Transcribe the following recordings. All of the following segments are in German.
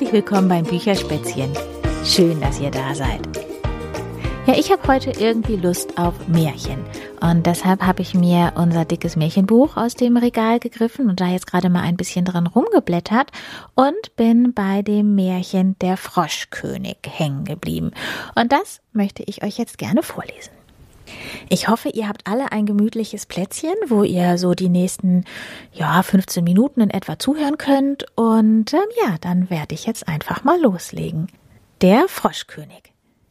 herzlich willkommen beim Bücherspätzchen. Schön, dass ihr da seid. Ja, ich habe heute irgendwie Lust auf Märchen und deshalb habe ich mir unser dickes Märchenbuch aus dem Regal gegriffen und da jetzt gerade mal ein bisschen drin rumgeblättert und bin bei dem Märchen Der Froschkönig hängen geblieben. Und das möchte ich euch jetzt gerne vorlesen. Ich hoffe, ihr habt alle ein gemütliches Plätzchen, wo ihr so die nächsten 15 Minuten in etwa zuhören könnt. Und dann werde ich jetzt einfach mal loslegen. Der Froschkönig.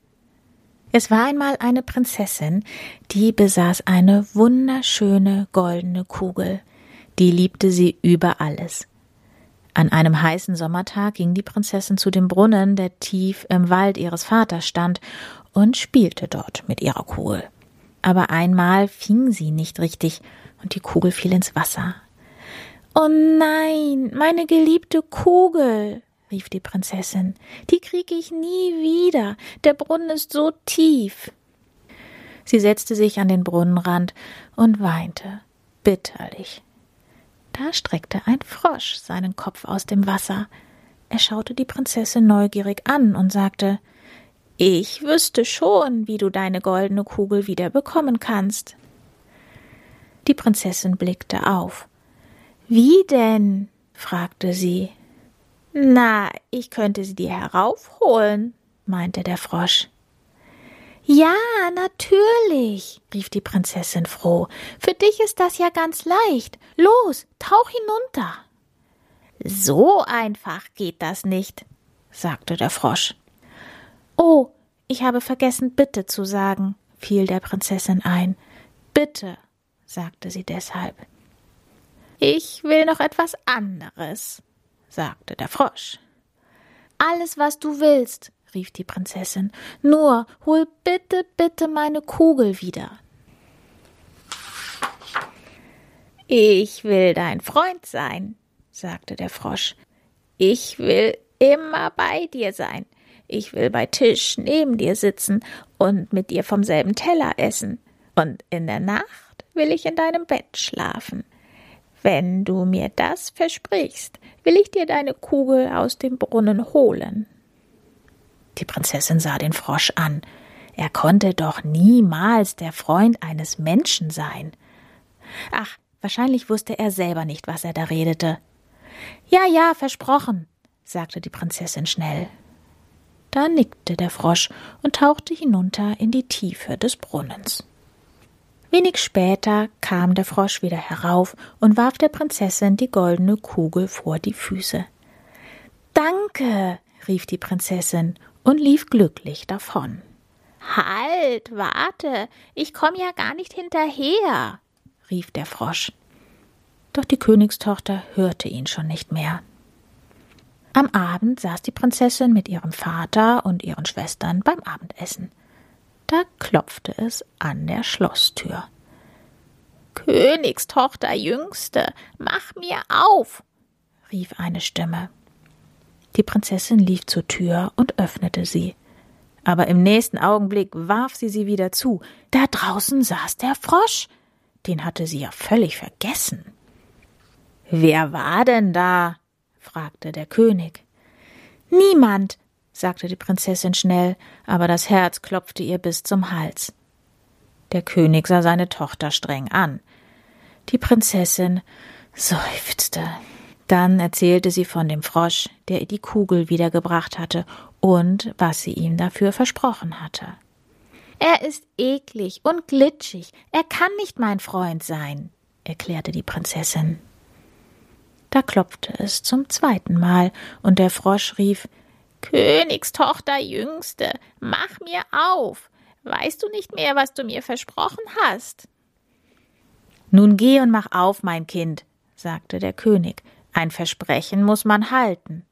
Es war einmal eine Prinzessin, die besaß eine wunderschöne goldene Kugel. Die liebte sie über alles. An einem heißen Sommertag ging die Prinzessin zu dem Brunnen, der tief im Wald ihres Vaters stand, und spielte dort mit ihrer Kugel. Aber einmal fing sie nicht richtig und die Kugel fiel ins Wasser. »Oh nein, meine geliebte Kugel«, rief die Prinzessin, »die kriege ich nie wieder, der Brunnen ist so tief.« Sie setzte sich an den Brunnenrand und weinte bitterlich. Da streckte ein Frosch seinen Kopf aus dem Wasser. Er schaute die Prinzessin neugierig an und sagte, »Ich wüsste schon, wie du deine goldene Kugel wieder bekommen kannst.« Die Prinzessin blickte auf. »Wie denn?« fragte sie. »Na, ich könnte sie dir heraufholen«, meinte der Frosch. »Ja, natürlich«, rief die Prinzessin froh. »Für dich ist das ja ganz leicht. Los, tauch hinunter.« »So einfach geht das nicht«, sagte der Frosch. »Oh, ich habe vergessen, bitte zu sagen«, fiel der Prinzessin ein. »Bitte«, sagte sie deshalb. »Ich will noch etwas anderes«, sagte der Frosch. »Alles, was du willst«, rief die Prinzessin. »Nur hol bitte, bitte meine Kugel wieder.« »Ich will dein Freund sein«, sagte der Frosch. »Ich will immer bei dir sein. Ich will bei Tisch neben dir sitzen und mit dir vom selben Teller essen. Und in der Nacht will ich in deinem Bett schlafen. Wenn du mir das versprichst, will ich dir deine Kugel aus dem Brunnen holen.« Die Prinzessin sah den Frosch an. Er konnte doch niemals der Freund eines Menschen sein. Ach, wahrscheinlich wusste er selber nicht, was er da redete. Ja, versprochen«, sagte die Prinzessin schnell. Da nickte der Frosch und tauchte hinunter in die Tiefe des Brunnens. Wenig später kam der Frosch wieder herauf und warf der Prinzessin die goldene Kugel vor die Füße. »Danke«, rief die Prinzessin und lief glücklich davon. »Halt, warte, ich komme ja gar nicht hinterher«, rief der Frosch. Doch die Königstochter hörte ihn schon nicht mehr. Am Abend saß die Prinzessin mit ihrem Vater und ihren Schwestern beim Abendessen. Da klopfte es an der Schlosstür. »Königstochter Jüngste, mach mir auf«, rief eine Stimme. Die Prinzessin lief zur Tür und öffnete sie. Aber im nächsten Augenblick warf sie wieder zu. Da draußen saß der Frosch. Den hatte sie ja völlig vergessen. »Wer war denn da?« fragte der König. »Niemand«, sagte die Prinzessin schnell, aber das Herz klopfte ihr bis zum Hals. Der König sah seine Tochter streng an. Die Prinzessin seufzte. Dann erzählte sie von dem Frosch, der ihr die Kugel wiedergebracht hatte und was sie ihm dafür versprochen hatte. »Er ist eklig und glitschig, er kann nicht mein Freund sein«, erklärte die Prinzessin. Da klopfte es zum zweiten Mal, und der Frosch rief, »Königstochter Jüngste, mach mir auf! Weißt du nicht mehr, was du mir versprochen hast?« »Nun geh und mach auf, mein Kind«, sagte der König. »Ein Versprechen muss man halten.«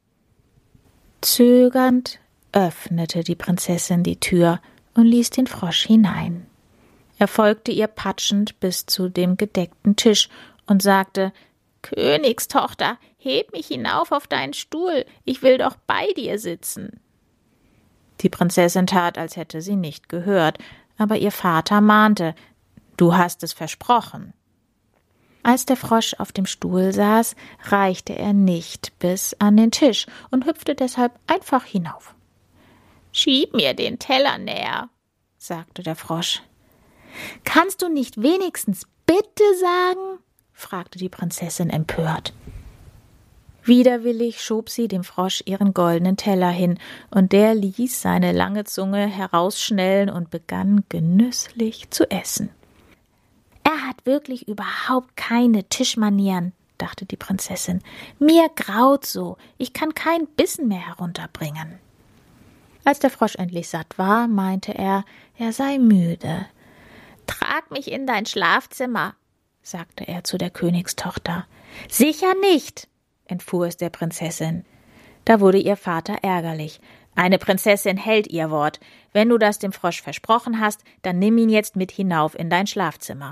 Zögernd öffnete die Prinzessin die Tür und ließ den Frosch hinein. Er folgte ihr patschend bis zu dem gedeckten Tisch und sagte, »Königstochter, heb mich hinauf auf deinen Stuhl, ich will doch bei dir sitzen.« Die Prinzessin tat, als hätte sie nicht gehört, aber ihr Vater mahnte, »Du hast es versprochen.« Als der Frosch auf dem Stuhl saß, reichte er nicht bis an den Tisch und hüpfte deshalb einfach hinauf. »Schieb mir den Teller näher«, sagte der Frosch. »Kannst du nicht wenigstens bitte sagen?«, fragte die Prinzessin empört. Widerwillig schob sie dem Frosch ihren goldenen Teller hin, und der ließ seine lange Zunge herausschnellen und begann genüsslich zu essen. »Er hat wirklich überhaupt keine Tischmanieren«, dachte die Prinzessin. »Mir graut so, ich kann keinen Bissen mehr herunterbringen.« Als der Frosch endlich satt war, meinte er sei müde. »Trag mich in dein Schlafzimmer«, sagte er zu der Königstochter. »Sicher nicht«, entfuhr es der Prinzessin. Da wurde ihr Vater ärgerlich. »Eine Prinzessin hält ihr Wort. Wenn du das dem Frosch versprochen hast, dann nimm ihn jetzt mit hinauf in dein Schlafzimmer.«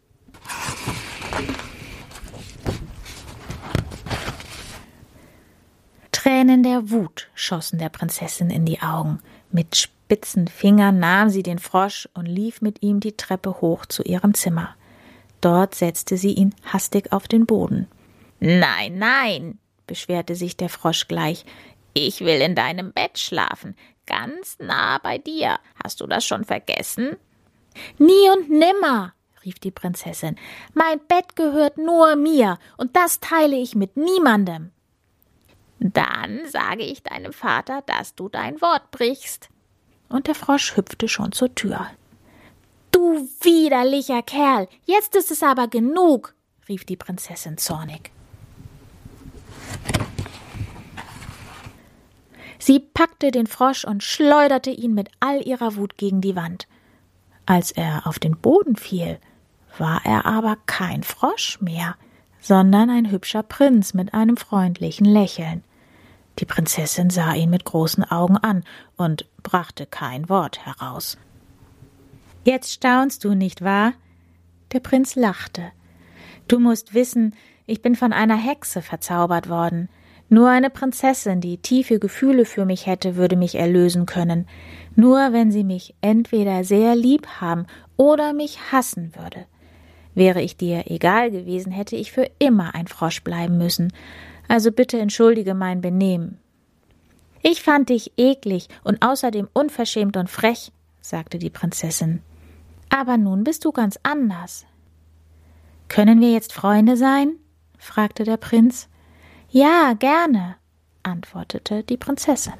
Tränen der Wut schossen der Prinzessin in die Augen. Mit spitzen Fingern nahm sie den Frosch und lief mit ihm die Treppe hoch zu ihrem Zimmer. Dort setzte sie ihn hastig auf den Boden. »Nein, nein«, beschwerte sich der Frosch gleich. »Ich will in deinem Bett schlafen, ganz nah bei dir. Hast du das schon vergessen?« »Nie und nimmer«, rief die Prinzessin. »Mein Bett gehört nur mir, und das teile ich mit niemandem.« »Dann sage ich deinem Vater, dass du dein Wort brichst.« Und der Frosch hüpfte schon zur Tür. »Du widerlicher Kerl, jetzt ist es aber genug«, rief die Prinzessin zornig. Sie packte den Frosch und schleuderte ihn mit all ihrer Wut gegen die Wand. Als er auf den Boden fiel, war er aber kein Frosch mehr, sondern ein hübscher Prinz mit einem freundlichen Lächeln. Die Prinzessin sah ihn mit großen Augen an und brachte kein Wort heraus. »Jetzt staunst du, nicht wahr?« Der Prinz lachte. »Du musst wissen, ich bin von einer Hexe verzaubert worden. Nur eine Prinzessin, die tiefe Gefühle für mich hätte, würde mich erlösen können. Nur wenn sie mich entweder sehr lieb haben oder mich hassen würde. Wäre ich dir egal gewesen, hätte ich für immer ein Frosch bleiben müssen. Also bitte entschuldige mein Benehmen.« »Ich fand dich eklig und außerdem unverschämt und frech«, sagte die Prinzessin. »Aber nun bist du ganz anders.« »Können wir jetzt Freunde sein?« fragte der Prinz. »Ja, gerne«, antwortete die Prinzessin.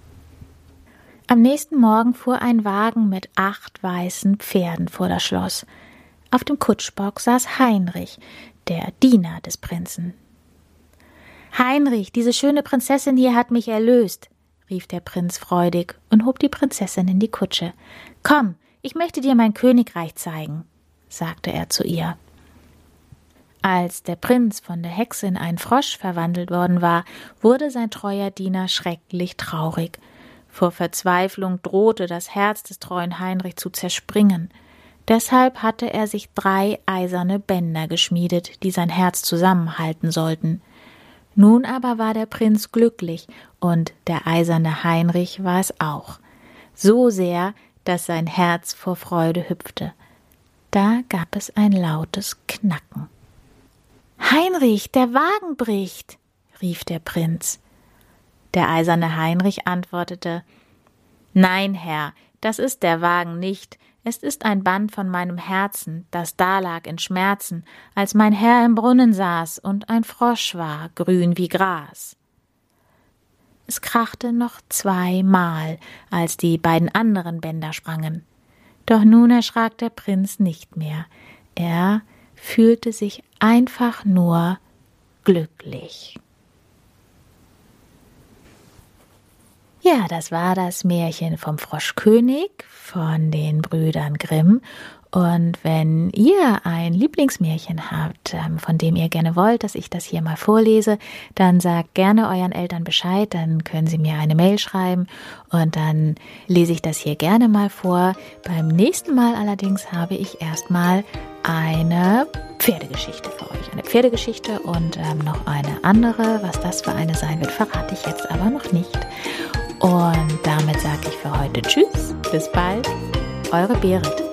Am nächsten Morgen fuhr ein Wagen mit 8 weißen Pferden vor das Schloss. Auf dem Kutschbock saß Heinrich, der Diener des Prinzen. »Heinrich, diese schöne Prinzessin hier hat mich erlöst«, rief der Prinz freudig und hob die Prinzessin in die Kutsche. »Komm, ich möchte dir mein Königreich zeigen«, sagte er zu ihr. Als der Prinz von der Hexe in einen Frosch verwandelt worden war, wurde sein treuer Diener schrecklich traurig. Vor Verzweiflung drohte das Herz des treuen Heinrich zu zerspringen. Deshalb hatte er sich 3 eiserne Bänder geschmiedet, die sein Herz zusammenhalten sollten. Nun aber war der Prinz glücklich, und der eiserne Heinrich war es auch. So sehr, dass sein Herz vor Freude hüpfte. Da gab es ein lautes Knacken. »Heinrich, der Wagen bricht«, rief der Prinz. Der eiserne Heinrich antwortete: »Nein, Herr, das ist der Wagen nicht. Es ist ein Band von meinem Herzen, das dalag in Schmerzen, als mein Herr im Brunnen saß und ein Frosch war, grün wie Gras.« Es krachte noch 2-mal, als die beiden anderen Bänder sprangen. Doch nun erschrak der Prinz nicht mehr. Er fühlte sich einfach nur glücklich. Ja, das war das Märchen vom Froschkönig von den Brüdern Grimm. Und wenn ihr ein Lieblingsmärchen habt, von dem ihr gerne wollt, dass ich das hier mal vorlese, dann sagt gerne euren Eltern Bescheid, dann können sie mir eine Mail schreiben und dann lese ich das hier gerne mal vor. Beim nächsten Mal allerdings habe ich erstmal eine Pferdegeschichte für euch. Eine Pferdegeschichte und noch eine andere. Was das für eine sein wird, verrate ich jetzt aber noch nicht. Und damit sage ich für heute Tschüss, bis bald, eure Berit.